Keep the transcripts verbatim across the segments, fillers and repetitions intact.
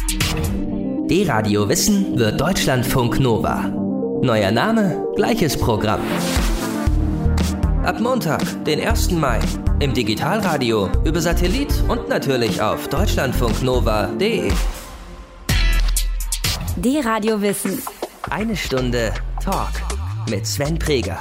D-Radio Wissen wird Deutschlandfunk Nova. Neuer Name, gleiches Programm. Ab Montag, den ersten Mai, im Digitalradio, über Satellit und natürlich auf deutschlandfunknova punkt de. D-Radio Wissen. Eine Stunde Talk mit Sven Preger.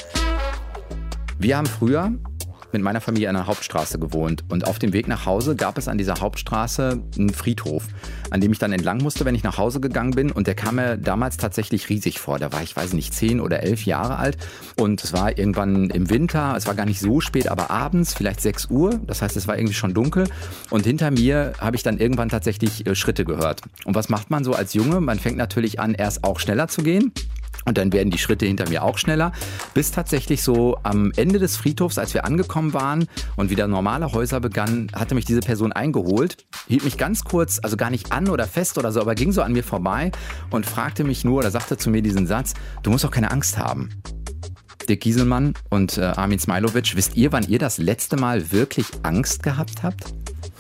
Wir haben früher mit meiner Familie an einer Hauptstraße gewohnt und auf dem Weg nach Hause gab es an dieser Hauptstraße einen Friedhof, an dem ich dann entlang musste, wenn ich nach Hause gegangen bin, und der kam mir damals tatsächlich riesig vor. Da war ich, weiß nicht, zehn oder elf Jahre alt und es war irgendwann im Winter, es war gar nicht so spät, aber abends, vielleicht sechs Uhr, das heißt, es war irgendwie schon dunkel, und hinter mir habe ich dann irgendwann tatsächlich äh, Schritte gehört. Und was macht man so als Junge? Man fängt natürlich an, erst auch schneller zu gehen. Und dann werden die Schritte hinter mir auch schneller, bis tatsächlich so am Ende des Friedhofs, als wir angekommen waren und wieder normale Häuser begannen, hatte mich diese Person eingeholt, hielt mich ganz kurz, also gar nicht an oder fest oder so, aber ging so an mir vorbei und fragte mich nur oder sagte zu mir diesen Satz: Du musst doch keine Angst haben. Dirk Gieselmann und äh, Armin Smailović, wisst ihr, wann ihr das letzte Mal wirklich Angst gehabt habt?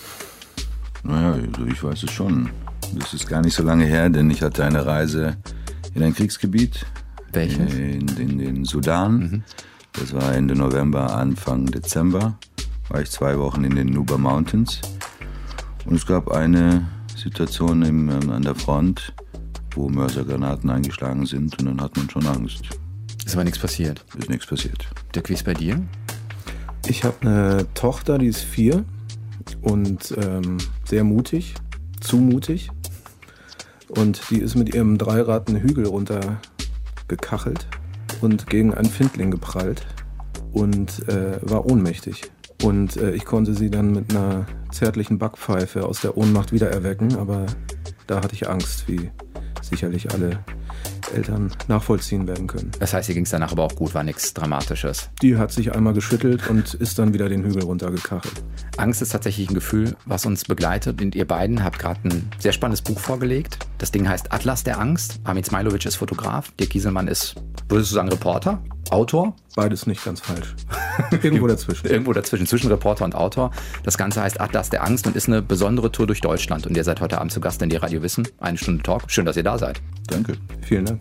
Naja, also ich weiß es schon. Das ist gar nicht so lange her, denn ich hatte eine Reise in ein Kriegsgebiet. Welches? In, in den Sudan. Mhm. Das war Ende November, Anfang Dezember. War ich zwei Wochen in den Nuba Mountains. Und es gab eine Situation im, an der Front, wo Mörsergranaten eingeschlagen sind, und dann hat man schon Angst. Ist aber nichts passiert. Ist nichts passiert. Dirk, wie ist bei dir? Ich habe eine Tochter, die ist vier und ähm, sehr mutig, zu mutig. Und die ist mit ihrem Dreirad einen Hügel runtergekachelt und gegen einen Findling geprallt und äh, war ohnmächtig. Und äh, ich konnte sie dann mit einer zärtlichen Backpfeife aus der Ohnmacht wieder erwecken, aber da hatte ich Angst, wie sicherlich alle Eltern nachvollziehen werden können. Das heißt, ihr ging es danach aber auch gut, war nichts Dramatisches. Die hat sich einmal geschüttelt und ist dann wieder den Hügel runtergekachelt. Angst ist tatsächlich ein Gefühl, was uns begleitet, und ihr beiden habt gerade ein sehr spannendes Buch vorgelegt. Das Ding heißt Atlas der Angst. Armin Smailović ist Fotograf, Dirk Gieselmann ist, würdest du sagen, Reporter, Autor? Beides nicht ganz falsch. Irgendwo dazwischen. Irgendwo dazwischen, zwischen Reporter und Autor. Das Ganze heißt Atlas der Angst und ist eine besondere Tour durch Deutschland. Und ihr seid heute Abend zu Gast in D-Radio Wissen. Eine Stunde Talk. Schön, dass ihr da seid. Danke. Vielen Dank.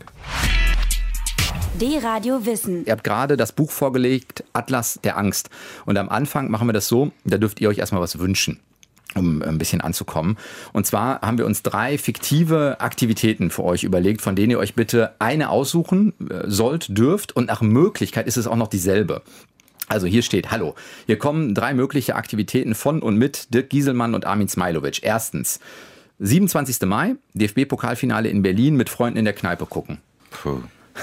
D-Radio Wissen. Ihr habt gerade das Buch vorgelegt, Atlas der Angst. Und am Anfang machen wir das so, da dürft ihr euch erstmal was wünschen, um ein bisschen anzukommen. Und zwar haben wir uns drei fiktive Aktivitäten für euch überlegt, von denen ihr euch bitte eine aussuchen sollt, dürft, und nach Möglichkeit ist es auch noch dieselbe. Also hier steht: Hallo, hier kommen drei mögliche Aktivitäten von und mit Dirk Gieselmann und Armin Smailović. Erstens, siebenundzwanzigsten Mai, D F B-Pokalfinale in Berlin, mit Freunden in der Kneipe gucken. Puh.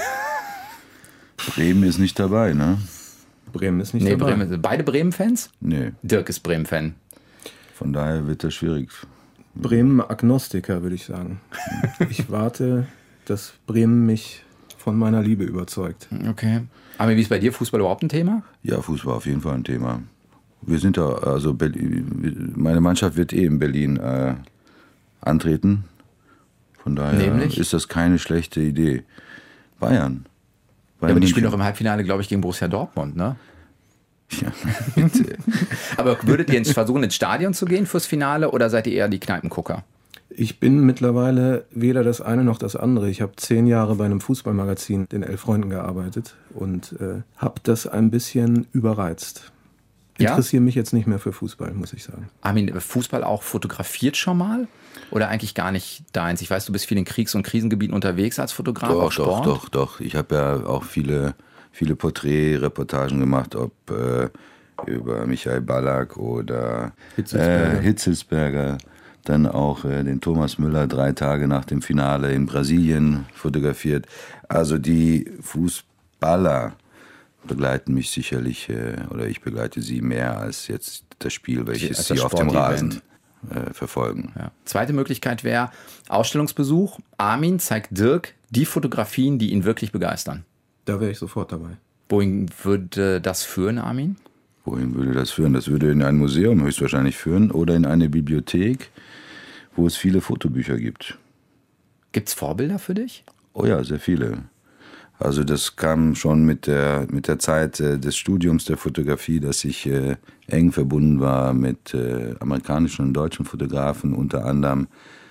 Bremen ist nicht dabei, ne? Bremen ist nicht nee, dabei. Bremen, beide Bremen-Fans? Nee. Dirk ist Bremen-Fan. Von daher wird das schwierig. Bremen-Agnostiker, würde ich sagen. Ich warte, dass Bremen mich von meiner Liebe überzeugt. Okay. Aber wie ist bei dir Fußball überhaupt ein Thema? Ja, Fußball auf jeden Fall ein Thema. Wir sind da, also Berlin, meine Mannschaft wird eh in Berlin äh, antreten. Von daher Nämlich? Ist das keine schlechte Idee. Bayern. Ja, aber die spielen doch im Halbfinale, glaube ich, gegen Borussia Dortmund, ne? Ja, bitte. Aber würdet ihr ins versuchen, ins Stadion zu gehen fürs Finale, oder seid ihr eher die Kneipengucker? Ich bin mittlerweile weder das eine noch das andere. Ich habe zehn Jahre bei einem Fußballmagazin, den Elf Freunden, gearbeitet und äh, habe das ein bisschen überreizt. Ja? Interessiere mich jetzt nicht mehr für Fußball, muss ich sagen. Armin, Fußball auch fotografiert schon mal? Oder eigentlich gar nicht deins? Ich weiß, du bist viel in Kriegs- und Krisengebieten unterwegs als Fotograf, Doch, auch Sport. doch, doch, doch. Ich habe ja auch viele, viele Porträtreportagen gemacht, ob äh, über Michael Ballack oder Hitzelsberger. Äh, Hitzelsberger. Dann auch äh, den Thomas Müller drei Tage nach dem Finale in Brasilien fotografiert. Also die Fußballer begleiten mich sicherlich, äh, oder ich begleite sie mehr als jetzt das Spiel, welches Als sie das auf dem Sportevent. Rasen äh, verfolgen. Ja. Zweite Möglichkeit wäre Ausstellungsbesuch. Armin zeigt Dirk die Fotografien, die ihn wirklich begeistern. Da wäre ich sofort dabei. Wohin würde das führen, Armin? Wohin würde das führen? Das würde in ein Museum höchstwahrscheinlich führen oder in eine Bibliothek, wo es viele Fotobücher gibt. Gibt es Vorbilder für dich? Oh ja, sehr viele. Also das kam schon mit der, mit der Zeit äh, des Studiums der Fotografie, dass ich äh, eng verbunden war mit äh, amerikanischen und deutschen Fotografen, unter anderem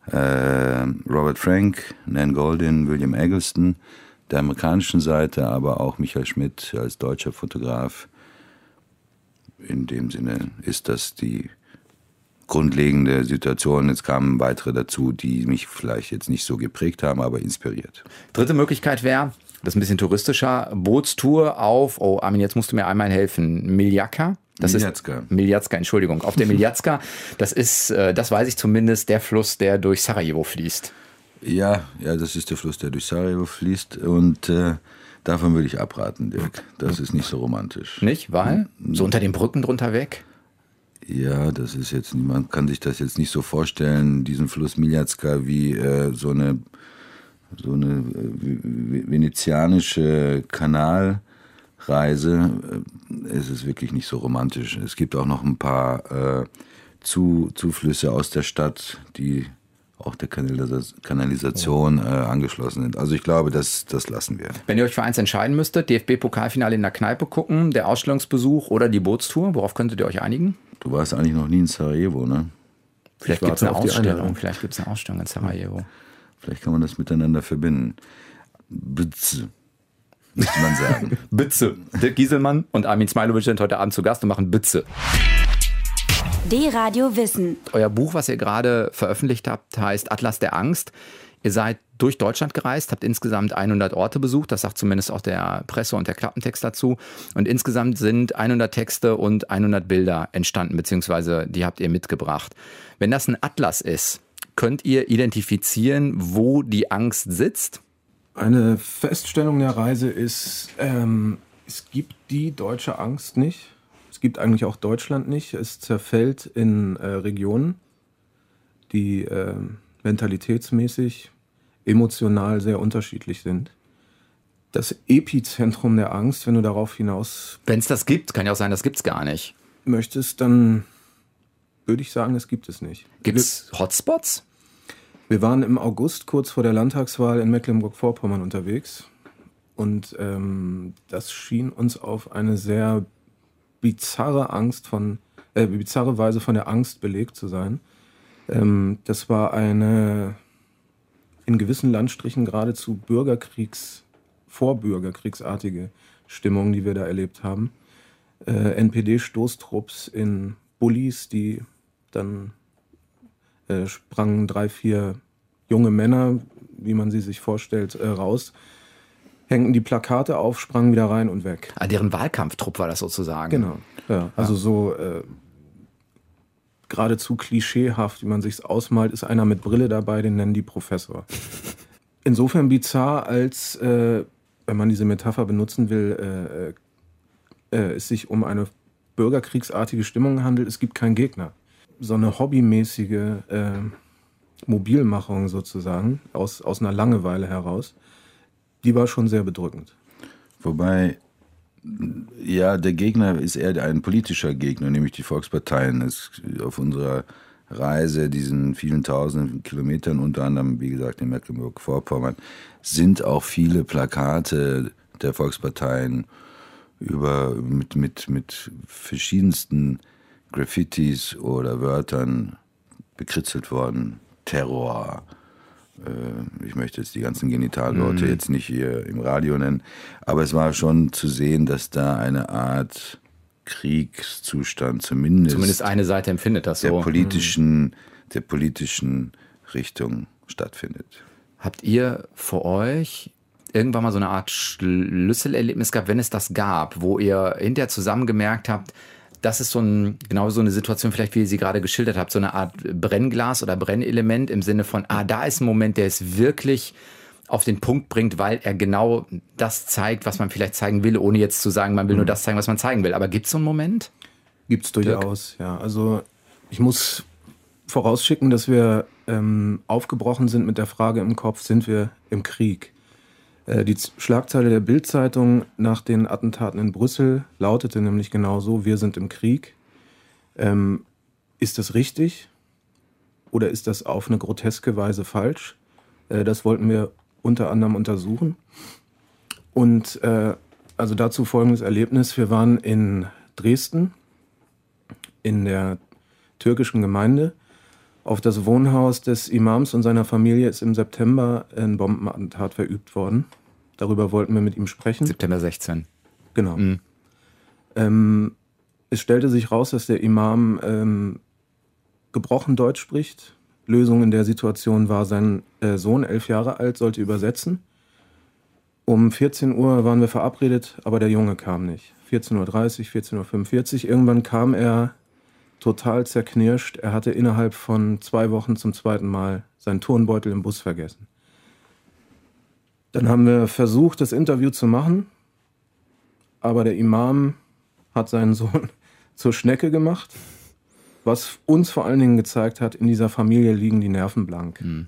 äh, Robert Frank, Nan Goldin, William Eggleston, der amerikanischen Seite, aber auch Michael Schmidt als deutscher Fotograf. In dem Sinne ist das die grundlegende Situation. Jetzt kamen weitere dazu, die mich vielleicht jetzt nicht so geprägt haben, aber inspiriert. Dritte Möglichkeit wäre, das ist ein bisschen touristischer, Bootstour auf, oh Armin, jetzt musst du mir einmal helfen, Miljacka. Das Miljacka. Ist Miljacka, Entschuldigung. Auf der Miljacka, das ist, das weiß ich zumindest, der Fluss, der durch Sarajevo fließt. Ja, ja, das ist der Fluss, der durch Sarajevo fließt und äh, davon würde ich abraten, Dirk. Das ist nicht so romantisch. Nicht? Weil? So unter den Brücken drunter weg? Ja, das ist jetzt, man kann sich das jetzt nicht so vorstellen, diesen Fluss Miljacka wie äh, so eine, so eine äh, venezianische Kanalreise. Es ist wirklich nicht so romantisch. Es gibt auch noch ein paar äh, Zu, Zuflüsse aus der Stadt, die auch der Kanalis- Kanalisation äh, angeschlossen sind. Also ich glaube, das, das lassen wir. Wenn ihr euch für eins entscheiden müsstet, D F B-Pokalfinale in der Kneipe gucken, der Ausstellungsbesuch oder die Bootstour, worauf könntet ihr euch einigen? Du warst eigentlich noch nie in Sarajevo, ne? Vielleicht gibt es eine Ausstellung. Vielleicht gibt es eine Ausstellung in Sarajevo. Vielleicht kann man das miteinander verbinden. Bitze, müsste man sagen. Bitze. Dirk Gieselmann und Armin Smailovic sind heute Abend zu Gast und machen Bitze. D-Radio Wissen. Euer Buch, was ihr gerade veröffentlicht habt, heißt Atlas der Angst. Ihr seid durch Deutschland gereist, habt insgesamt hundert Orte besucht. Das sagt zumindest auch der Presse- und der Klappentext dazu. Und insgesamt sind hundert Texte und hundert Bilder entstanden, beziehungsweise die habt ihr mitgebracht. Wenn das ein Atlas ist, könnt ihr identifizieren, wo die Angst sitzt? Eine Feststellung der Reise ist, ähm, es gibt die deutsche Angst nicht. Es gibt eigentlich auch Deutschland nicht. Es zerfällt in äh, Regionen, die äh, mentalitätsmäßig, emotional sehr unterschiedlich sind. Das Epizentrum der Angst, wenn du darauf hinaus... Wenn es das gibt, kann ja auch sein, das gibt es gar nicht. ...möchtest, dann würde ich sagen, es gibt es nicht. Gibt es Hotspots? Wir waren im August kurz vor der Landtagswahl in Mecklenburg-Vorpommern unterwegs. Und ähm, das schien uns auf eine sehr bizarre Angst von, äh, bizarre Weise von der Angst belegt zu sein. Ähm, das war eine in gewissen Landstrichen geradezu Bürgerkriegs, vorbürgerkriegsartige Stimmung, die wir da erlebt haben. Äh, N P D-Stoßtrupps in Bullis, die dann äh, sprangen drei, vier junge Männer, wie man sie sich vorstellt, äh, raus, hängten die Plakate auf, sprangen wieder rein und weg. Ah, deren Wahlkampftrupp war das sozusagen. Genau, ja. Also so äh, geradezu klischeehaft, wie man sich's ausmalt, ist einer mit Brille dabei, den nennen die Professor. Insofern bizarr, als, äh, wenn man diese Metapher benutzen will, äh, äh, es sich um eine bürgerkriegsartige Stimmung handelt. Es gibt keinen Gegner. So eine hobbymäßige äh, Mobilmachung sozusagen, aus, aus einer Langeweile heraus, die war schon sehr bedrückend. Wobei, ja, der Gegner ist eher ein politischer Gegner, nämlich die Volksparteien. Es, auf unserer Reise, diesen vielen tausenden Kilometern, unter anderem, wie gesagt, in Mecklenburg-Vorpommern, sind auch viele Plakate der Volksparteien über, mit, mit, mit verschiedensten Graffitis oder Wörtern bekritzelt worden. Terror. Ich möchte jetzt die ganzen Genitalworte mhm. jetzt nicht hier im Radio nennen, aber es war schon zu sehen, dass da eine Art Kriegszustand zumindest... Zumindest eine Seite empfindet das der so. Politischen, mhm. der politischen Richtung stattfindet. Habt ihr für euch irgendwann mal so eine Art Schlüsselerlebnis gehabt, wenn es das gab, wo ihr hinterher zusammen gemerkt habt, das ist so ein, genau so eine Situation, vielleicht wie ihr sie gerade geschildert habt, so eine Art Brennglas oder Brennelement im Sinne von, ah, da ist ein Moment, der es wirklich auf den Punkt bringt, weil er genau das zeigt, was man vielleicht zeigen will, ohne jetzt zu sagen, man will nur das zeigen, was man zeigen will. Aber gibt es so einen Moment? Gibt es durchaus, ja. Also ich muss vorausschicken, dass wir ähm, aufgebrochen sind mit der Frage im Kopf, sind wir im Krieg? Die Schlagzeile der Bild-Zeitung nach den Attentaten in Brüssel lautete nämlich genauso, wir sind im Krieg. Ähm, ist das richtig oder ist das auf eine groteske Weise falsch? Äh, das wollten wir unter anderem untersuchen. Und äh, also dazu folgendes Erlebnis. Wir waren in Dresden in der türkischen Gemeinde Auf das Wohnhaus des Imams und seiner Familie ist im September ein Bombenattentat verübt worden. Darüber wollten wir mit ihm sprechen. September sechzehn. Genau. Mhm. Ähm, es stellte sich raus, dass der Imam ähm, gebrochen Deutsch spricht. Lösung in der Situation war, sein äh, Sohn, elf Jahre alt, sollte übersetzen. Um vierzehn Uhr waren wir verabredet, aber der Junge kam nicht. vierzehn Uhr dreißig, vierzehn Uhr fünfundvierzig. Irgendwann kam er total zerknirscht. Er hatte innerhalb von zwei Wochen zum zweiten Mal seinen Turnbeutel im Bus vergessen. Dann haben wir versucht, das Interview zu machen, aber der Imam hat seinen Sohn zur Schnecke gemacht, was uns vor allen Dingen gezeigt hat, in dieser Familie liegen die Nerven blank. Mhm.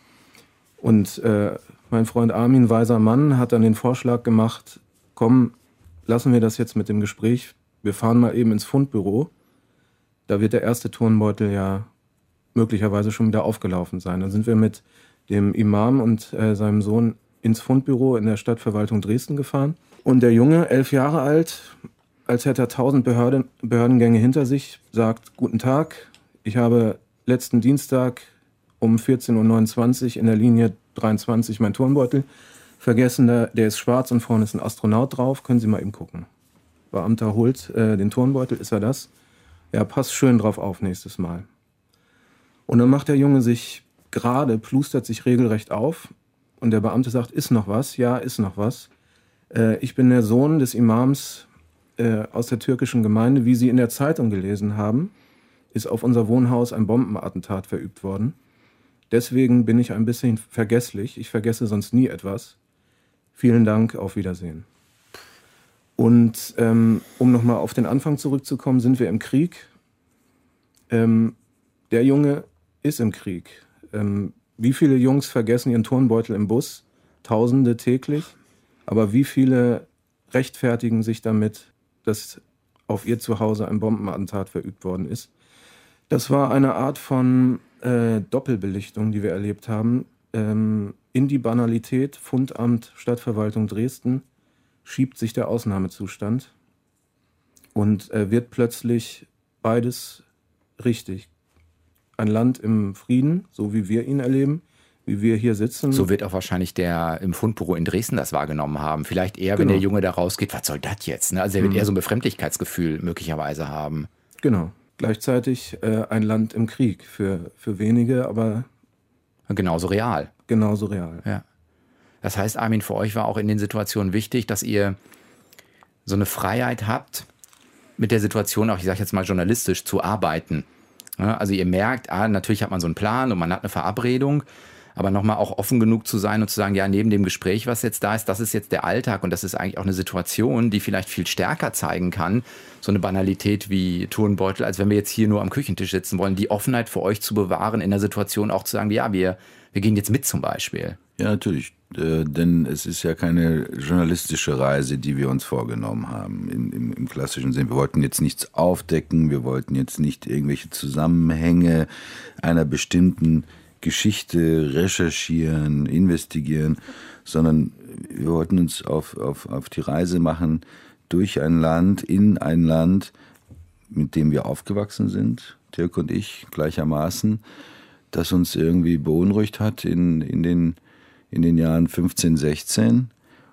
Und äh, mein Freund Armin, weiser Mann, hat dann den Vorschlag gemacht, komm, lassen wir das jetzt mit dem Gespräch, wir fahren mal eben ins Fundbüro, da wird der erste Turnbeutel ja möglicherweise schon wieder aufgelaufen sein. Dann sind wir mit dem Imam und äh, seinem Sohn ins Fundbüro in der Stadtverwaltung Dresden gefahren. Und der Junge, elf Jahre alt, als hätte er tausend Behörden, Behördengänge hinter sich, sagt, guten Tag, ich habe letzten Dienstag um vierzehn Uhr neunundzwanzig in der Linie dreiundzwanzig mein Turnbeutel vergessen, der, der ist schwarz und vorne ist ein Astronaut drauf, können Sie mal eben gucken. Beamter holt äh, den Turnbeutel, ist er das? Ja, passt schön drauf auf nächstes Mal. Und dann macht der Junge sich gerade, plustert sich regelrecht auf und der Beamte sagt, ist noch was? Ja, ist noch was. Äh, ich bin der Sohn des Imams äh, aus der türkischen Gemeinde. Wie Sie in der Zeitung gelesen haben, ist auf unser Wohnhaus ein Bombenattentat verübt worden. Deswegen bin ich ein bisschen vergesslich. Ich vergesse sonst nie etwas. Vielen Dank, auf Wiedersehen. Und ähm, um nochmal auf den Anfang zurückzukommen, sind wir im Krieg. Ähm, der Junge ist im Krieg. Ähm, wie viele Jungs vergessen ihren Turnbeutel im Bus? Tausende täglich. Aber wie viele rechtfertigen sich damit, dass auf ihr Zuhause ein Bombenattentat verübt worden ist? Das war eine Art von äh, Doppelbelichtung, die wir erlebt haben. Ähm, in die Banalität, Fundamt, Stadtverwaltung Dresden, schiebt sich der Ausnahmezustand und äh, wird plötzlich beides richtig. Ein Land im Frieden, so wie wir ihn erleben, wie wir hier sitzen. So wird auch wahrscheinlich der im Fundbüro in Dresden das wahrgenommen haben. Vielleicht eher, Genau. wenn der Junge da rausgeht, was soll das jetzt? Ne? Also er wird Mhm. eher so ein Befremdlichkeitsgefühl möglicherweise haben. Genau. Gleichzeitig äh, ein Land im Krieg für, für wenige, aber Genauso real. genauso real. Ja. Das heißt, Armin, für euch war auch in den Situationen wichtig, dass ihr so eine Freiheit habt, mit der Situation auch, ich sage jetzt mal, journalistisch zu arbeiten. Ja, also ihr merkt, ah, natürlich hat man so einen Plan und man hat eine Verabredung, aber nochmal auch offen genug zu sein und zu sagen, ja, neben dem Gespräch, was jetzt da ist, das ist jetzt der Alltag und das ist eigentlich auch eine Situation, die vielleicht viel stärker zeigen kann, so eine Banalität wie Turnbeutel, als wenn wir jetzt hier nur am Küchentisch sitzen wollen, die Offenheit für euch zu bewahren, in der Situation auch zu sagen, ja, wir, wir gehen jetzt mit zum Beispiel. Ja, natürlich. Äh, denn es ist ja keine journalistische Reise, die wir uns vorgenommen haben, in, im, im klassischen Sinn. Wir wollten jetzt nichts aufdecken, wir wollten jetzt nicht irgendwelche Zusammenhänge einer bestimmten Geschichte recherchieren, investigieren, sondern wir wollten uns auf, auf, auf die Reise machen durch ein Land, in ein Land, mit dem wir aufgewachsen sind, Dirk und ich gleichermaßen, das uns irgendwie beunruhigt hat in, in, den, in den Jahren fünfzehn, sechzehn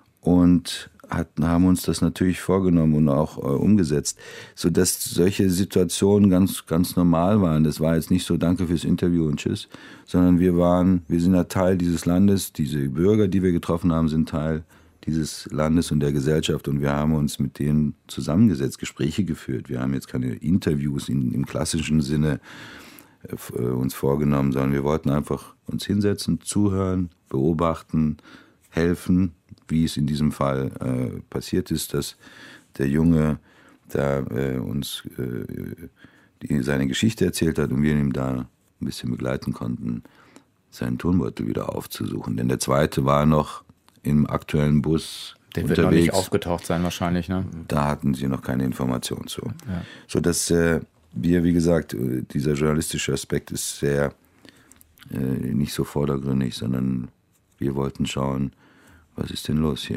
und hatten, haben uns das natürlich vorgenommen und auch äh, umgesetzt, sodass solche Situationen ganz, ganz normal waren. Das war jetzt nicht so, danke fürs Interview und tschüss, sondern wir waren, wir sind ja Teil dieses Landes, diese Bürger, die wir getroffen haben, sind Teil dieses Landes und der Gesellschaft und wir haben uns mit denen zusammengesetzt, Gespräche geführt. Wir haben jetzt keine Interviews in, im klassischen Sinne äh, uns vorgenommen, sondern wir wollten einfach uns hinsetzen, zuhören, beobachten, helfen, wie es in diesem Fall äh, passiert ist, dass der Junge da äh, uns äh, die, seine Geschichte erzählt hat und wir ihm da ein bisschen begleiten konnten, seinen Turnbeutel wieder aufzusuchen. Denn der zweite war noch im aktuellen Bus Der unterwegs. wird noch nicht aufgetaucht sein wahrscheinlich, ne? Da hatten sie noch keine Information zu. Ja. Sodass äh, wir, wie gesagt, dieser journalistische Aspekt ist sehr äh, nicht so vordergründig, sondern wir wollten schauen, was ist denn los hier?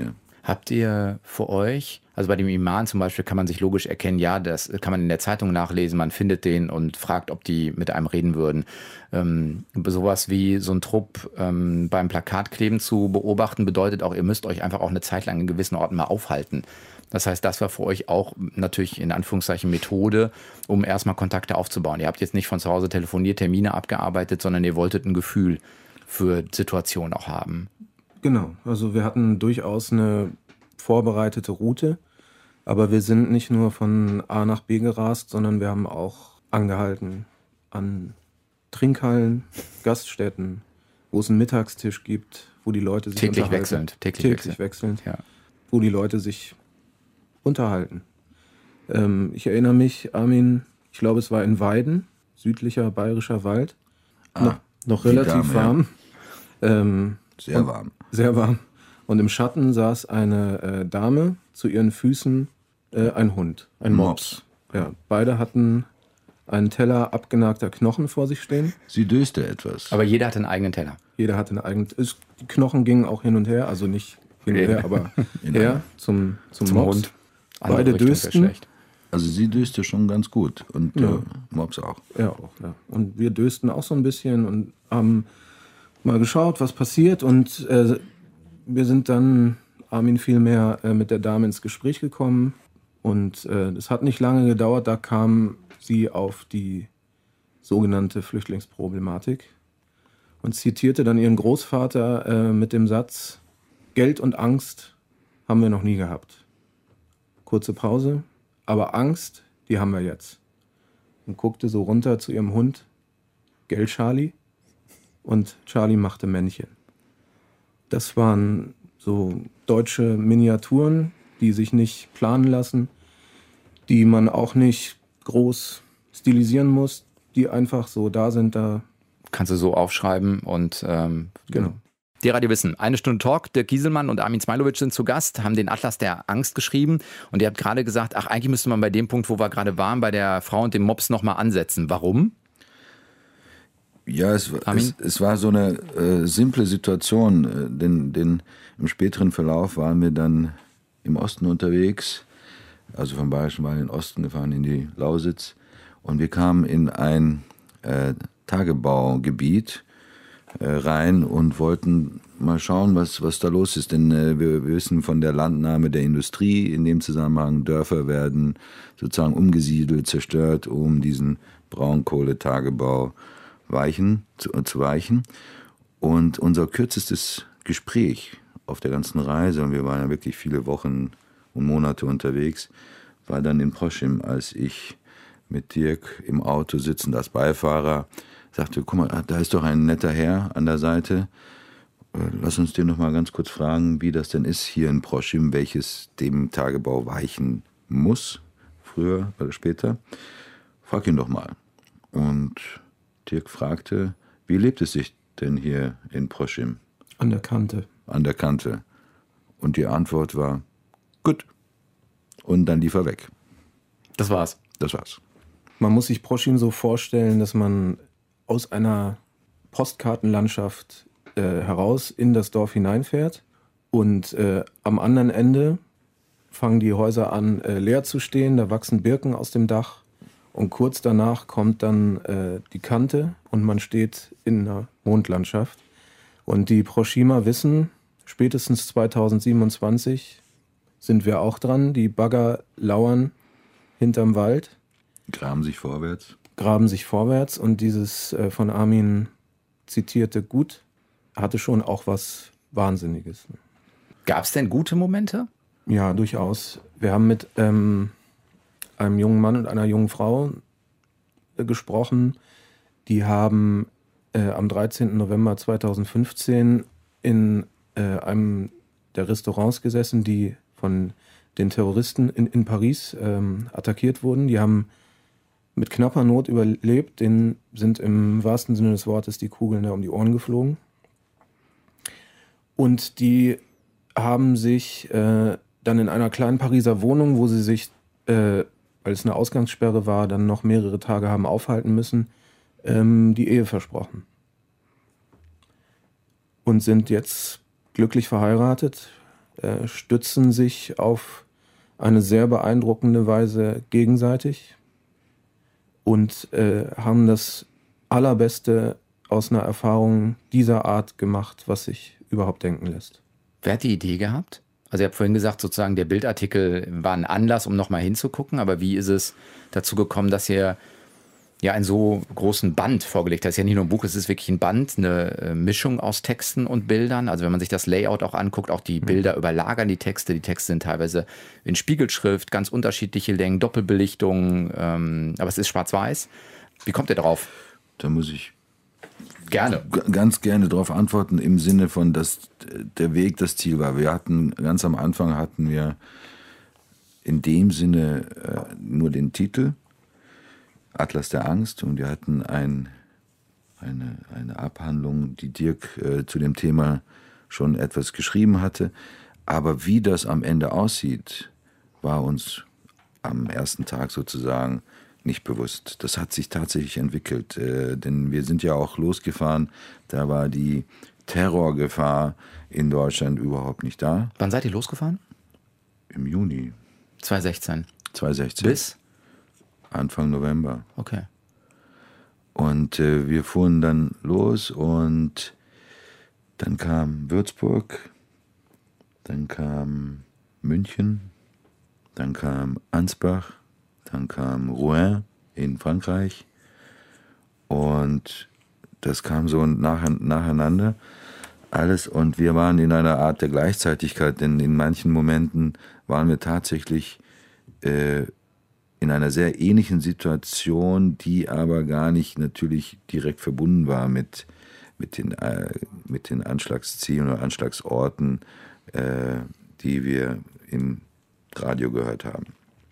Habt ihr für euch, also bei dem Iman zum Beispiel kann man sich logisch erkennen, ja, das kann man in der Zeitung nachlesen, man findet den und fragt, ob die mit einem reden würden. Ähm, sowas wie so ein Trupp ähm, beim Plakatkleben zu beobachten, bedeutet auch, ihr müsst euch einfach auch eine Zeit lang in gewissen Orten mal aufhalten. Das heißt, das war für euch auch natürlich in Anführungszeichen Methode, um erstmal Kontakte aufzubauen. Ihr habt jetzt nicht von zu Hause telefoniert, Termine abgearbeitet, sondern ihr wolltet ein Gefühl für Situationen auch haben. Genau, also wir hatten durchaus eine vorbereitete Route, aber wir sind nicht nur von A nach B gerast, sondern wir haben auch angehalten an Trinkhallen, Gaststätten, wo es einen Mittagstisch gibt, wo die Leute sich täglich unterhalten. Wechselnd, täglich, täglich wechselnd. wechselnd, ja. Wo die Leute sich unterhalten. Ähm, ich erinnere mich, Armin, ich glaube es war in Weiden, südlicher bayerischer Wald, Ah, noch, noch relativ Dame, warm. Ja. Ähm, Sehr warm. Sehr warm. Und im Schatten saß eine äh, Dame, zu ihren Füßen äh, ein Hund, ein Mops. Ja, beide hatten einen Teller abgenagter Knochen vor sich stehen. Sie döste etwas. Aber jeder hatte einen eigenen Teller. Jeder hatte einen eigenen. Es, die Knochen gingen auch hin und her, also nicht hin und her, aber her zum, zum, Zum Mops. Hund. Beide Andere Richtung wäre dösten. schlecht. Also sie döste schon ganz gut und Ja. äh, Mops auch. Ja, auch, ja. Und wir dösten auch so ein bisschen und haben mal geschaut, was passiert. Und äh, wir sind dann, Armin vielmehr, äh, mit der Dame ins Gespräch gekommen. Und es äh, hat nicht lange gedauert, da kam sie auf die sogenannte Flüchtlingsproblematik und zitierte dann ihren Großvater äh, mit dem Satz: Geld und Angst haben wir noch nie gehabt. Kurze Pause, aber Angst, die haben wir jetzt. Und guckte so runter zu ihrem Hund, Gell, Charlie? Und Charlie machte Männchen. Das waren so deutsche Miniaturen, die sich nicht planen lassen, die man auch nicht groß stilisieren muss, die einfach so da sind, da. Kannst du so aufschreiben und ähm, Genau. Die Radio Wissen. Eine Stunde Talk. Dirk Gieselmann und Armin Smailovic sind zu Gast, haben den Atlas der Angst geschrieben. Und ihr habt gerade gesagt, ach, eigentlich müsste man bei dem Punkt, wo wir gerade waren, bei der Frau und dem Mops nochmal ansetzen. Warum? Ja, es, es, es war so eine äh, simple Situation, äh, denn, denn im späteren Verlauf waren wir dann im Osten unterwegs, also vom Bayerischen Wald in den Osten gefahren, in die Lausitz, und wir kamen in ein äh, Tagebaugebiet äh, rein und wollten mal schauen, was, was da los ist, denn äh, wir, wir wissen von der Landnahme der Industrie in dem Zusammenhang, Dörfer werden sozusagen umgesiedelt, zerstört, um diesen Braunkohletagebau weichen, zu, zu weichen. Und unser kürzestes Gespräch auf der ganzen Reise, und wir waren ja wirklich viele Wochen und Monate unterwegs, war dann in Proschim, als ich mit Dirk im Auto sitzend als Beifahrer sagte, guck mal, da ist doch ein netter Herr an der Seite. Lass uns den noch mal ganz kurz fragen, wie das denn ist hier in Proschim, welches dem Tagebau weichen muss, früher oder später. Frag ihn doch mal. Und Dirk fragte, wie lebt es sich denn hier in Proschim? An der Kante. An der Kante. Und die Antwort war, gut. Und dann lief er weg. Das war's. Das war's. Man muss sich Proschim so vorstellen, dass man aus einer Postkartenlandschaft äh, heraus in das Dorf hineinfährt und äh, am anderen Ende fangen die Häuser an äh, leer zu stehen, da wachsen Birken aus dem Dach und kurz danach kommt dann äh, die Kante und man steht in einer Mondlandschaft. Und die Proschimer wissen, spätestens zweitausendsiebenundzwanzig sind wir auch dran, die Bagger lauern hinterm Wald. Graben sich vorwärts. graben sich vorwärts und dieses äh, von Armin zitierte Gut hatte schon auch was Wahnsinniges. Gab es denn gute Momente? Ja, durchaus. Wir haben mit ähm, einem jungen Mann und einer jungen Frau äh, gesprochen. Die haben äh, am dreizehnten November zweitausendfünfzehn in äh, einem der Restaurants gesessen, die von den Terroristen in, in Paris ähm, attackiert wurden. Die haben mit knapper Not überlebt, denen sind im wahrsten Sinne des Wortes die Kugeln da um die Ohren geflogen. Und die haben sich äh, dann in einer kleinen Pariser Wohnung, wo sie sich, äh, weil es eine Ausgangssperre war, dann noch mehrere Tage haben aufhalten müssen, ähm, die Ehe versprochen. Und sind jetzt glücklich verheiratet, äh, stützen sich auf eine sehr beeindruckende Weise gegenseitig und äh, haben das Allerbeste aus einer Erfahrung dieser Art gemacht, was sich überhaupt denken lässt. Wer hat die Idee gehabt? Also ihr habt vorhin gesagt, sozusagen der Bildartikel war ein Anlass, um nochmal hinzugucken, aber wie ist es dazu gekommen, dass ihr ja einen so großen Band vorgelegt habt? Das ist ja nicht nur ein Buch, es ist wirklich ein Band, eine Mischung aus Texten und Bildern. Also wenn man sich das Layout auch anguckt, auch die Bilder überlagern die Texte. Die Texte sind teilweise in Spiegelschrift, ganz unterschiedliche Längen, Doppelbelichtung, ähm, aber es ist schwarz-weiß. Wie kommt ihr drauf? Da muss ich Gerne. Ganz gerne darauf antworten im Sinne von, dass der Weg das Ziel war. Wir hatten, ganz am Anfang hatten wir in dem Sinne äh, nur den Titel Atlas der Angst und wir hatten ein, eine, eine Abhandlung, die Dirk äh, zu dem Thema schon etwas geschrieben hatte. Aber wie das am Ende aussieht, war uns am ersten Tag sozusagen nicht bewusst. Das hat sich tatsächlich entwickelt, äh, denn wir sind ja auch losgefahren, da war die Terrorgefahr in Deutschland überhaupt nicht da. Wann seid ihr losgefahren? Im Juni. zwanzig sechzehn. zwanzig sechzehn. Bis? Anfang November. Okay. Und äh, wir fuhren dann los und dann kam Würzburg, dann kam München, dann kam Ansbach, dann kam Rouen in Frankreich und das kam so nach, nacheinander alles und wir waren in einer Art der Gleichzeitigkeit, denn in manchen Momenten waren wir tatsächlich äh, in einer sehr ähnlichen Situation, die aber gar nicht natürlich direkt verbunden war mit, mit, den, äh, mit den Anschlagszielen oder Anschlagsorten, äh, die wir im Radio gehört haben.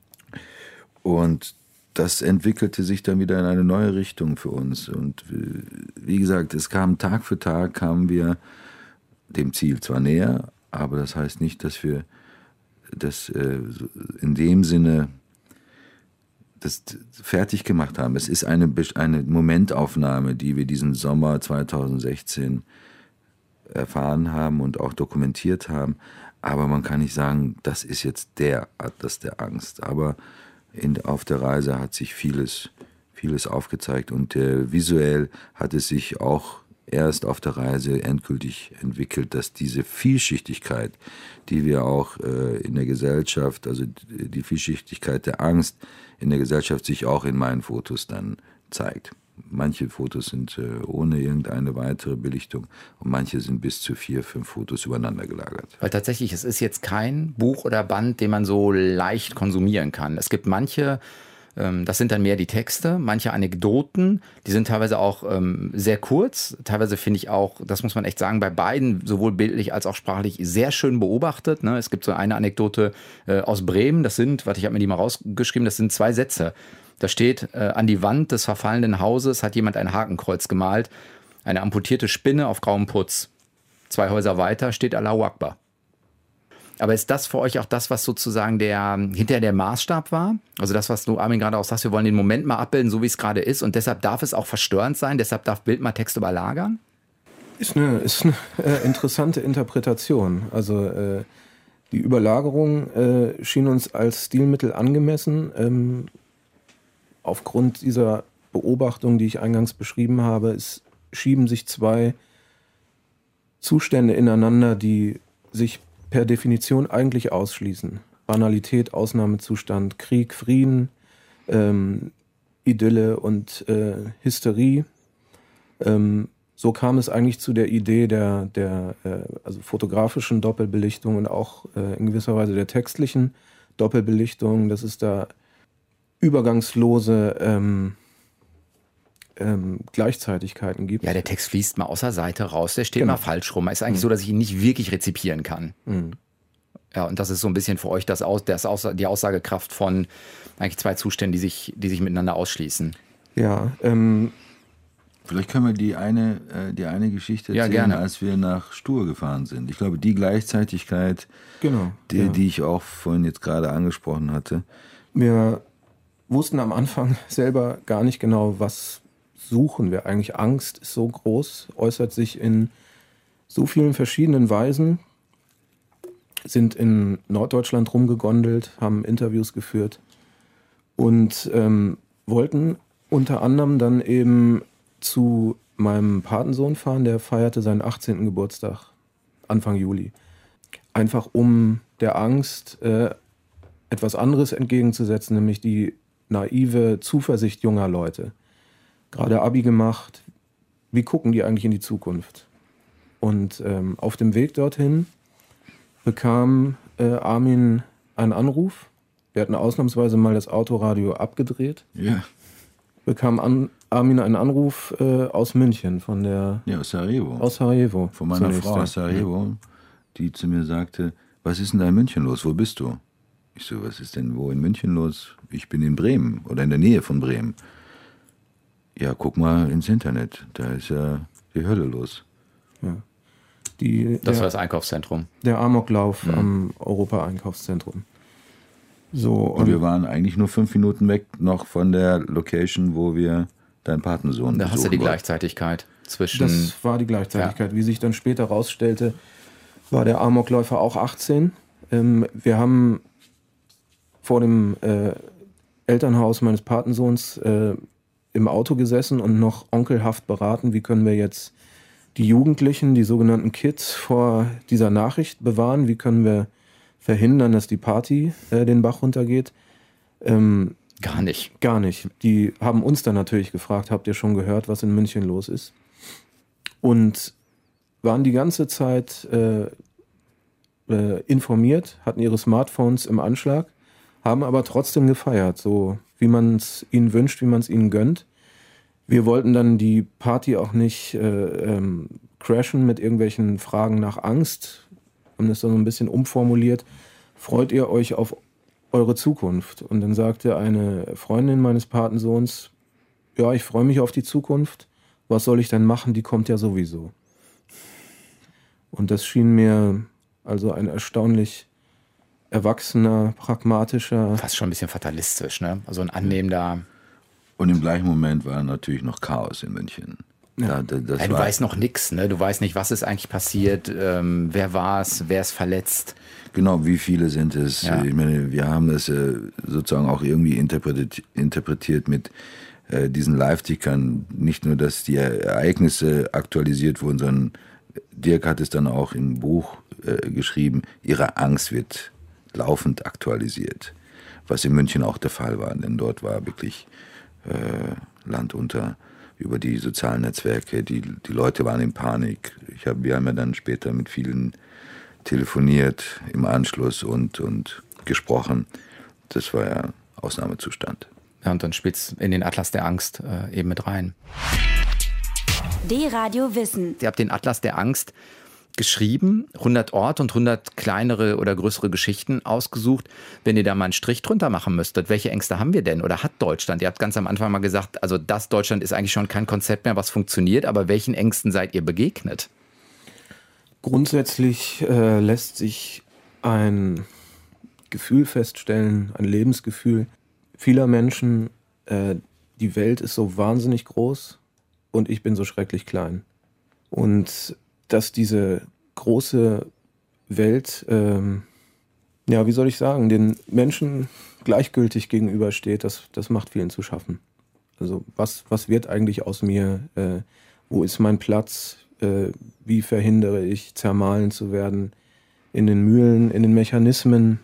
Und das entwickelte sich dann wieder in eine neue Richtung für uns. Und wie gesagt, es kam Tag für Tag, kamen wir dem Ziel zwar näher, aber das heißt nicht, dass wir das äh, in dem Sinne das fertig gemacht haben. Es ist eine, eine Momentaufnahme, die wir diesen Sommer zwanzig sechzehn erfahren haben und auch dokumentiert haben. Aber man kann nicht sagen, das ist jetzt der Atlas der Angst. Aber In, auf der Reise hat sich vieles, vieles aufgezeigt und äh, visuell hat es sich auch erst auf der Reise endgültig entwickelt, dass diese Vielschichtigkeit, die wir auch äh, in der Gesellschaft, also die Vielschichtigkeit der Angst in der Gesellschaft sich auch in meinen Fotos dann zeigt. Manche Fotos sind äh, ohne irgendeine weitere Belichtung und manche sind bis zu vier, fünf Fotos übereinander gelagert. Weil tatsächlich, es ist jetzt kein Buch oder Band, den man so leicht konsumieren kann. Es gibt manche, ähm, das sind dann mehr die Texte, manche Anekdoten, die sind teilweise auch ähm, sehr kurz. Teilweise finde ich auch, das muss man echt sagen, bei beiden, sowohl bildlich als auch sprachlich, sehr schön beobachtet. Ne? Es gibt so eine Anekdote äh, aus Bremen, das sind, warte, ich habe mir die mal rausgeschrieben, das sind zwei Sätze. Da steht, äh, an die Wand des verfallenen Hauses hat jemand ein Hakenkreuz gemalt, eine amputierte Spinne auf grauem Putz. Zwei Häuser weiter steht Allahu Akbar. Aber ist das für euch auch das, was sozusagen der hinterher der Maßstab war? Also das, was du, Armin, gerade auch sagst, wir wollen den Moment mal abbilden, so wie es gerade ist und deshalb darf es auch verstörend sein, deshalb darf Bild mal Text überlagern? Ist eine, ist eine äh, interessante Interpretation. Also äh, die Überlagerung äh, schien uns als Stilmittel angemessen. Ähm, Aufgrund dieser Beobachtung, die ich eingangs beschrieben habe, es schieben sich zwei Zustände ineinander, die sich per Definition eigentlich ausschließen. Banalität, Ausnahmezustand, Krieg, Frieden, ähm, Idylle und äh, Hysterie. Ähm, so kam es eigentlich zu der Idee der, der äh, also fotografischen Doppelbelichtung und auch äh, in gewisser Weise der textlichen Doppelbelichtung, dass es da übergangslose ähm, ähm, Gleichzeitigkeiten gibt. Ja, der Text fließt mal aus der Seite raus, der steht Genau. mal falsch rum. Ist eigentlich mhm. so, dass ich ihn nicht wirklich rezipieren kann. Mhm. Ja, und das ist so ein bisschen für euch das Aus, das Aus, die Aussagekraft von eigentlich zwei Zuständen, die sich, die sich miteinander ausschließen. Ja, ähm, Vielleicht können wir die eine, äh, die eine Geschichte Ja, erzählen, gerne. als wir nach Stur gefahren sind. Ich glaube, die Gleichzeitigkeit, genau. die, ja. die ich auch vorhin jetzt gerade angesprochen hatte, Wir wussten am Anfang selber gar nicht genau, was suchen wir eigentlich. Angst ist so groß, äußert sich in so vielen verschiedenen Weisen. sind in Norddeutschland rumgegondelt, haben Interviews geführt und ähm, wollten unter anderem dann eben zu meinem Patensohn fahren, der feierte seinen achtzehnten Geburtstag Anfang Juli. Einfach um der Angst äh, etwas anderes entgegenzusetzen, nämlich die naive Zuversicht junger Leute. Gerade Abi gemacht, wie gucken die eigentlich in die Zukunft? Und ähm, auf dem Weg dorthin bekam äh, Armin einen Anruf. Wir hatten ausnahmsweise mal das Autoradio abgedreht. Ja. Bekam an, Armin einen Anruf äh, aus München, von der... Ja, aus Sarajevo. Aus Sarajevo. Von meiner zunächst, Frau ja. aus Sarajevo, die zu mir sagte, was ist denn da in München los? Wo bist du? Ich so, was ist denn wo in München los? Ich bin in Bremen oder in der Nähe von Bremen. Ja, guck mal ins Internet, da ist ja die Hölle los. Ja. Die, Das der, war das Einkaufszentrum. der Amoklauf Mhm. am Europa-Einkaufszentrum. So, Und wir waren eigentlich nur fünf Minuten weg noch von der Location, wo wir deinen Patensohn Da hast du besuchen die wollten. Gleichzeitigkeit zwischen... Das war die Gleichzeitigkeit. Wie sich dann später rausstellte, war der Amokläufer auch achtzehn. Ähm, wir haben vor dem äh, Elternhaus meines Patensohns äh, im Auto gesessen und noch onkelhaft beraten, wie können wir jetzt die Jugendlichen, die sogenannten Kids, vor dieser Nachricht bewahren, wie können wir verhindern, dass die Party äh, den Bach runtergeht. Ähm, Gar nicht. Gar nicht. Die haben uns dann natürlich gefragt, habt ihr schon gehört, was in München los ist? Und waren die ganze Zeit äh, äh, informiert, hatten ihre Smartphones im Anschlag, haben aber trotzdem gefeiert, so wie man es ihnen wünscht, wie man es ihnen gönnt. Wir wollten dann die Party auch nicht äh, ähm, crashen mit irgendwelchen Fragen nach Angst, haben das dann so ein bisschen umformuliert. Freut ihr euch auf eure Zukunft? Und dann sagte eine Freundin meines Patensohns, ja, ich freue mich auf die Zukunft. Was soll ich denn machen? Die kommt ja sowieso. Und das schien mir also ein erstaunlich erwachsener, pragmatischer... Fast schon ein bisschen fatalistisch, ne? Also ein annehmender... Und im gleichen Moment war natürlich noch Chaos in München. Ja. Da, da, das Ja, du war, weißt noch nichts, ne? Du weißt nicht, was ist eigentlich passiert, ähm, wer war es, wer ist verletzt. Genau, wie viele sind es? Ja. Ich meine, wir haben das äh, sozusagen auch irgendwie interpretiert, interpretiert mit äh, diesen Live-Tickern. Nicht nur, dass die Ereignisse aktualisiert wurden, sondern Dirk hat es dann auch im Buch äh, geschrieben, ihre Angst wird laufend aktualisiert. Was in München auch der Fall war, denn dort war wirklich äh, Land unter über die sozialen Netzwerke. Die, die Leute waren in Panik. Ich hab, wir haben ja dann später mit vielen telefoniert im Anschluss und, und gesprochen. Das war ja Ausnahmezustand. Ja, und dann spielt's in den Atlas der Angst äh, eben mit rein. D-Radio Wissen. Ihr habt den Atlas der Angst geschrieben, hundert Orte und hundert kleinere oder größere Geschichten ausgesucht. Wenn ihr da mal einen Strich drunter machen müsstet, welche Ängste haben wir denn oder hat Deutschland? Ihr habt ganz am Anfang mal gesagt, also das Deutschland ist eigentlich schon kein Konzept mehr, was funktioniert, aber welchen Ängsten seid ihr begegnet? Grundsätzlich äh, lässt sich ein Gefühl feststellen, ein Lebensgefühl vieler Menschen. Äh, die Welt ist so wahnsinnig groß und ich bin so schrecklich klein. Und dass diese große Welt, ähm, ja, wie soll ich sagen, den Menschen gleichgültig gegenübersteht, das, das macht vielen zu schaffen. Also was, was wird eigentlich aus mir? Äh, wo ist mein Platz? Äh, wie verhindere ich, zermahlen zu werden in den Mühlen, in den Mechanismen?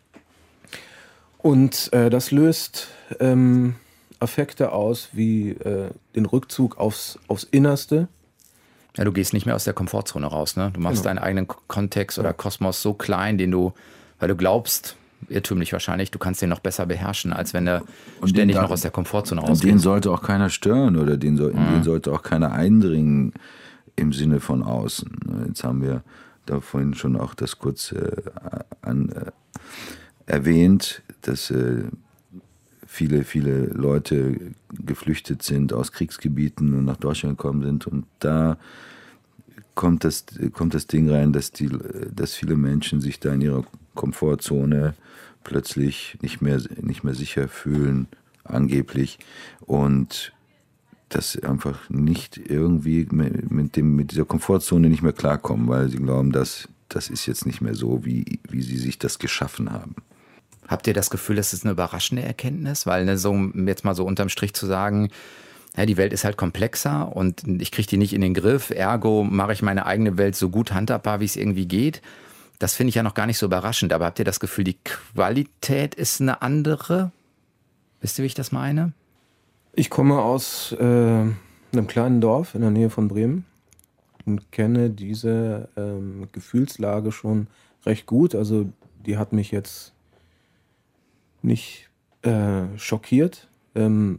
Und äh, das löst ähm, Affekte aus wie äh, den Rückzug aufs, aufs Innerste. Ja, du gehst nicht mehr aus der Komfortzone raus, ne? Du machst Genau. deinen eigenen K- Kontext oder Kosmos so klein, den du, weil du glaubst, irrtümlich wahrscheinlich, du kannst den noch besser beherrschen, als wenn du Und ständig den noch darf- aus der Komfortzone Und den rausgehst. sollte auch keiner stören oder den, soll, in Mhm. den sollte auch keiner eindringen im Sinne von außen. Jetzt haben wir da vorhin schon auch das kurz äh, an, äh, erwähnt, dass äh, viele, viele Leute geflüchtet sind aus Kriegsgebieten und nach Deutschland gekommen sind. Und da kommt das, kommt das Ding rein, dass, die, dass viele Menschen sich da in ihrer Komfortzone plötzlich nicht mehr, nicht mehr sicher fühlen, angeblich. Und dass sie einfach nicht irgendwie mit, dem, mit dieser Komfortzone nicht mehr klarkommen, weil sie glauben, dass das ist jetzt nicht mehr so, wie, wie sie sich das geschaffen haben. Habt ihr das Gefühl, das ist eine überraschende Erkenntnis? Weil ne, so jetzt mal so unterm Strich zu sagen, ja, die Welt ist halt komplexer und ich kriege die nicht in den Griff, ergo mache ich meine eigene Welt so gut handhabbar, wie es irgendwie geht. Das finde ich ja noch gar nicht so überraschend. Aber habt ihr das Gefühl, die Qualität ist eine andere? Wisst ihr, wie ich das meine? Ich komme aus äh, einem kleinen Dorf in der Nähe von Bremen und kenne diese ähm, Gefühlslage schon recht gut. Also die hat mich jetzt nicht äh, schockiert. Ähm,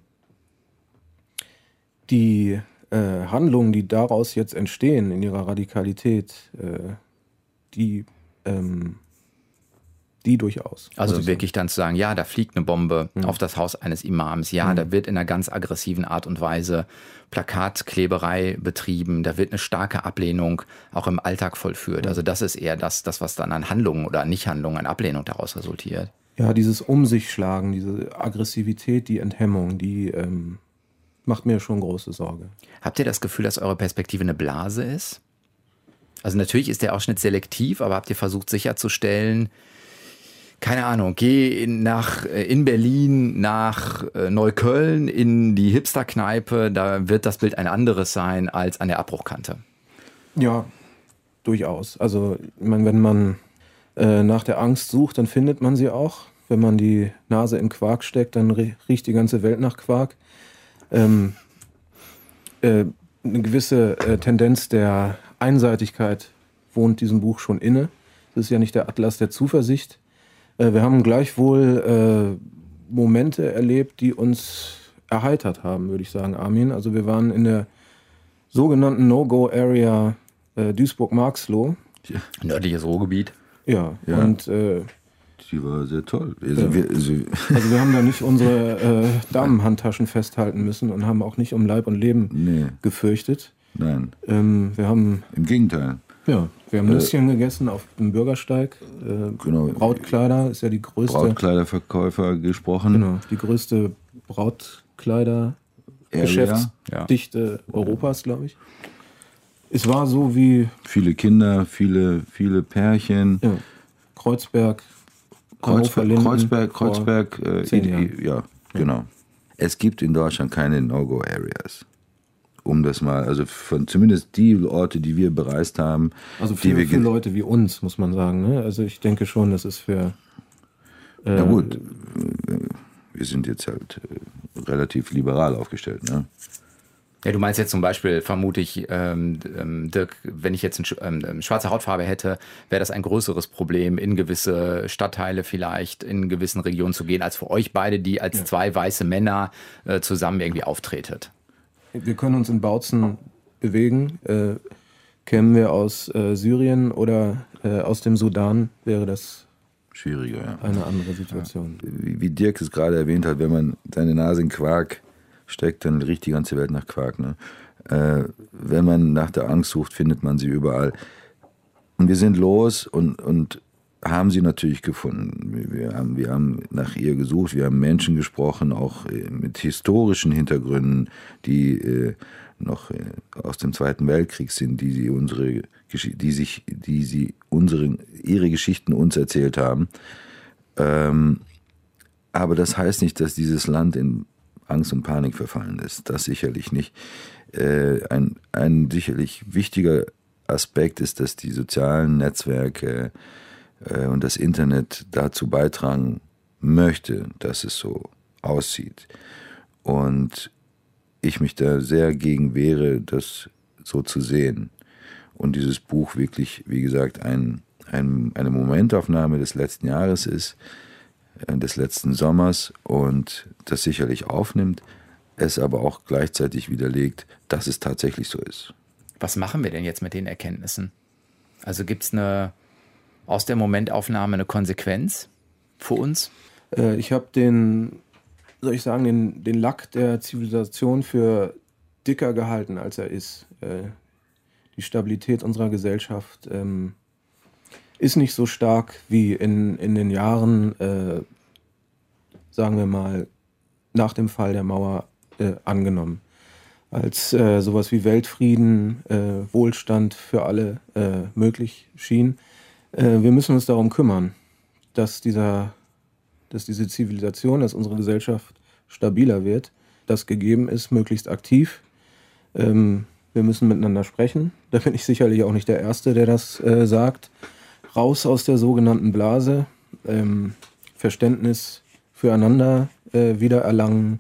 die äh, Handlungen, die daraus jetzt entstehen in ihrer Radikalität, äh, die, ähm, die durchaus. Also wirklich dann zu sagen, ja, da fliegt eine Bombe mhm. auf das Haus eines Imams. Ja, mhm. da wird in einer ganz aggressiven Art und Weise Plakatkleberei betrieben. Da wird eine starke Ablehnung auch im Alltag vollführt. Mhm. Also das ist eher das, das, was dann an Handlungen oder Nichthandlungen, an Ablehnung daraus resultiert. Ja, dieses Um sich schlagen, diese Aggressivität, die Enthemmung, die ähm, macht mir schon große Sorge. Habt ihr das Gefühl, dass eure Perspektive eine Blase ist? Also natürlich ist der Ausschnitt selektiv, aber habt ihr versucht sicherzustellen, keine Ahnung, geh in, nach, in Berlin nach Neukölln in die Hipster-Kneipe, da wird das Bild ein anderes sein als an der Abbruchkante. Ja, durchaus. Also ich meine, wenn man äh, nach der Angst sucht, dann findet man sie auch. Wenn man die Nase in Quark steckt, dann riecht die ganze Welt nach Quark. Ähm, äh, eine gewisse äh, Tendenz der Einseitigkeit wohnt diesem Buch schon inne. Das ist ja nicht der Atlas der Zuversicht. Äh, wir haben gleichwohl äh, Momente erlebt, die uns erheitert haben, würde ich sagen, Armin. Also wir waren in der sogenannten No-Go-Area äh, Duisburg-Marxloh. Ja. Nördliches Ruhrgebiet. Ja, ja. und äh, die war sehr toll. Also, ja. wir, also, also wir haben da nicht unsere äh, Damenhandtaschen festhalten müssen und haben auch nicht um Leib und Leben nee. gefürchtet. Nein. Ähm, wir haben im Gegenteil. Ja, wir haben Nüsschen äh, gegessen auf dem Bürgersteig. Äh, genau. Brautkleider ist ja die größte. Brautkleiderverkäufer gesprochen. Genau, die größte Brautkleider-Geschäftsdichte ja. Europas, glaube ich. Es war so wie. Viele Kinder, viele, viele Pärchen. Ja. Kreuzberg. Kreuzberg, Linden, Kreuzberg, Kreuzberg, äh, i, ja, genau. Es gibt in Deutschland keine No-Go-Areas. Um das mal, also von zumindest die Orte, die wir bereist haben. Also für, die wir für Leute wie uns, muss man sagen. Ne? Also ich denke schon, das ist für... Äh, Na gut, wir sind jetzt halt äh, relativ liberal aufgestellt, ne? Ja, du meinst jetzt zum Beispiel, vermute ich, ähm, Dirk, wenn ich jetzt eine ähm, schwarze Hautfarbe hätte, wäre das ein größeres Problem, in gewisse Stadtteile vielleicht, in gewissen Regionen zu gehen, als für euch beide, die als ja. zwei weiße Männer äh, zusammen irgendwie auftretet. Wir können uns in Bautzen bewegen. Äh, kämen wir aus äh, Syrien oder äh, aus dem Sudan, wäre das schwieriger, ja. Eine andere Situation. Ja. Wie, wie Dirk es gerade erwähnt hat, wenn man seine Nase in Quark steckt, dann riecht die ganze Welt nach Quark. Ne? Äh, wenn man nach der Angst sucht, findet man sie überall. Und wir sind los und, und haben sie natürlich gefunden. Wir haben, wir haben nach ihr gesucht, wir haben Menschen gesprochen, auch mit historischen Hintergründen, die äh, noch äh, aus dem Zweiten Weltkrieg sind, die sie unsere, die sich, die sie unsere, ihre Geschichten uns erzählt haben. Ähm, aber das heißt nicht, dass dieses Land in Angst und Panik verfallen ist. Das sicherlich nicht. Äh, ein, ein sicherlich wichtiger Aspekt ist, dass die sozialen Netzwerke äh, und das Internet dazu beitragen möchte, dass es so aussieht. Und ich mich da sehr gegen wehre, das so zu sehen. Und dieses Buch wirklich, wie gesagt, ein, ein, eine Momentaufnahme des letzten Jahres ist, des letzten Sommers, und das sicherlich aufnimmt, es aber auch gleichzeitig widerlegt, dass es tatsächlich so ist. Was machen wir denn jetzt mit den Erkenntnissen? Also gibt es eine aus der Momentaufnahme eine Konsequenz für uns? Äh, ich habe den, soll ich sagen, den, den Lack der Zivilisation für dicker gehalten, als er ist. Äh, die Stabilität unserer Gesellschaft ähm, ist nicht so stark wie in, in den Jahren, äh, sagen wir mal, nach dem Fall der Mauer äh, angenommen. Als äh, sowas wie Weltfrieden, äh, Wohlstand für alle äh, möglich schien. Äh, wir müssen uns darum kümmern, dass, dieser, dass diese Zivilisation, dass unsere Gesellschaft stabiler wird, das gegeben ist, möglichst aktiv. Ähm, wir müssen miteinander sprechen. Da bin ich sicherlich auch nicht der Erste, der das äh, sagt. Raus aus der sogenannten Blase, ähm, Verständnis füreinander äh, wiedererlangen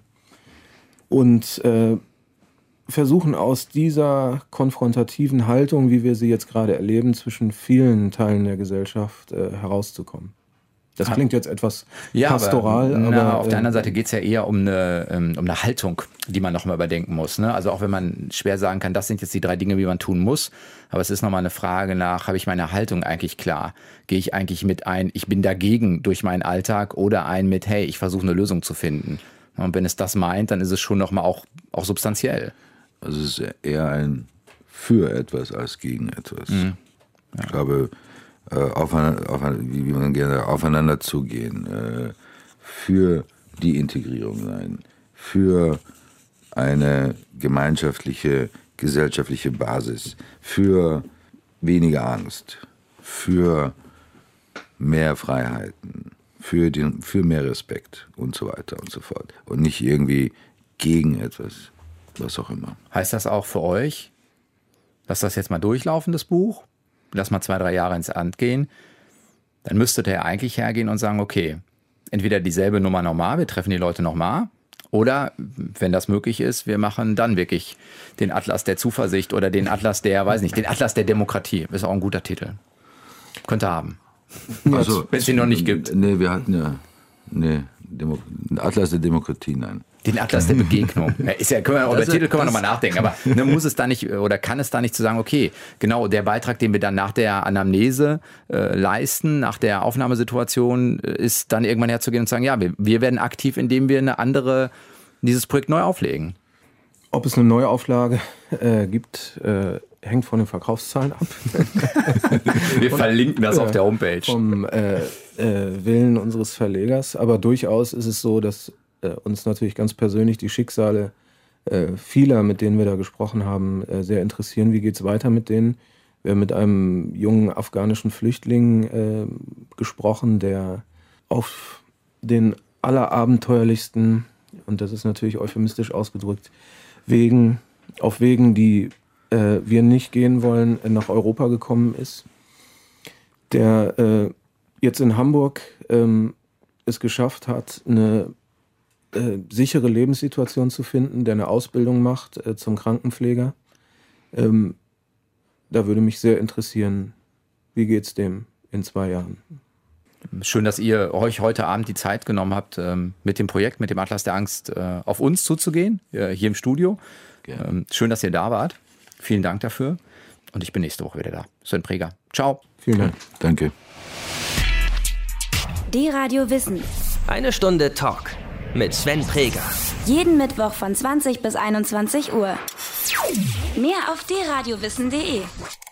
und äh, versuchen aus dieser konfrontativen Haltung, wie wir sie jetzt gerade erleben, zwischen vielen Teilen der Gesellschaft äh, herauszukommen. Das klingt jetzt etwas ja, pastoral. Aber, aber, na, auf äh, der anderen Seite geht es ja eher um eine, um eine Haltung, die man nochmal überdenken muss. Ne? Also auch wenn man schwer sagen kann, das sind jetzt die drei Dinge, wie man tun muss. Aber es ist nochmal eine Frage nach, habe ich meine Haltung eigentlich klar? Gehe ich eigentlich mit ein, ich bin dagegen durch meinen Alltag oder ein mit, hey, ich versuche eine Lösung zu finden? Und wenn es das meint, dann ist es schon nochmal auch, auch substanziell. Also es ist eher ein für etwas als gegen etwas. Mhm. Ja. Ich glaube, äh, aufeinander, aufeinander, wie man gerne aufeinander zugehen, äh, für die Integrierung sein, für eine gemeinschaftliche, gesellschaftliche Basis, für weniger Angst, für mehr Freiheiten, für, den, für mehr Respekt und so weiter und so fort. Und nicht irgendwie gegen etwas, was auch immer. Heißt das auch für euch, lass das jetzt mal durchlaufen, das Buch, lass mal zwei, drei Jahre ins Land gehen, dann müsstet ihr eigentlich hergehen und sagen, okay, entweder dieselbe Nummer nochmal, wir treffen die Leute nochmal, oder, wenn das möglich ist, wir machen dann wirklich den Atlas der Zuversicht oder den Atlas der, weiß nicht, den Atlas der Demokratie. Ist auch ein guter Titel. Könnt ihr haben. Also, wenn es ihn noch nicht gibt. Nee, wir hatten ja, nee, Demo- Atlas der Demokratie, nein. Den Atlas der Begegnung. Ja, ist ja, können wir, über Das- Titel können wir das- nochmal nachdenken, aber ne, muss es da nicht, oder kann es da nicht zu sagen, okay, genau, der Beitrag, den wir dann nach der Anamnese äh, leisten, nach der Aufnahmesituation, äh, ist dann irgendwann herzugehen und zu sagen, ja, wir, wir werden aktiv, indem wir eine andere, dieses Projekt neu auflegen. Ob es eine Neuauflage äh, gibt, äh, hängt von den Verkaufszahlen ab. Wir verlinken das auf der Homepage. Vom äh, äh, Willen unseres Verlegers. Aber durchaus ist es so, dass äh, uns natürlich ganz persönlich die Schicksale äh, vieler, mit denen wir da gesprochen haben, äh, sehr interessieren. Wie geht es weiter mit denen? Wir haben mit einem jungen afghanischen Flüchtling äh, gesprochen, der auf den allerabenteuerlichsten, und das ist natürlich euphemistisch ausgedrückt, Wegen, auf Wegen, die äh, wir nicht gehen wollen, nach Europa gekommen ist, der äh, jetzt in Hamburg ähm, es geschafft hat, eine äh, sichere Lebenssituation zu finden, der eine Ausbildung macht äh, zum Krankenpfleger. Ähm, da würde mich sehr interessieren, wie geht's dem in zwei Jahren? Schön, dass ihr euch heute Abend die Zeit genommen habt, ähm, mit dem Projekt, mit dem Atlas der Angst, äh, auf uns zuzugehen, äh, hier im Studio. Ähm, schön, dass ihr da wart. Vielen Dank dafür. Und ich bin nächste Woche wieder da. Sven Preger. Ciao. Vielen Dank. Danke. D-Radio Wissen. Eine Stunde Talk mit Sven Preger. Jeden Mittwoch von zwanzig bis einundzwanzig Uhr. Mehr auf d radio wissen punkt de.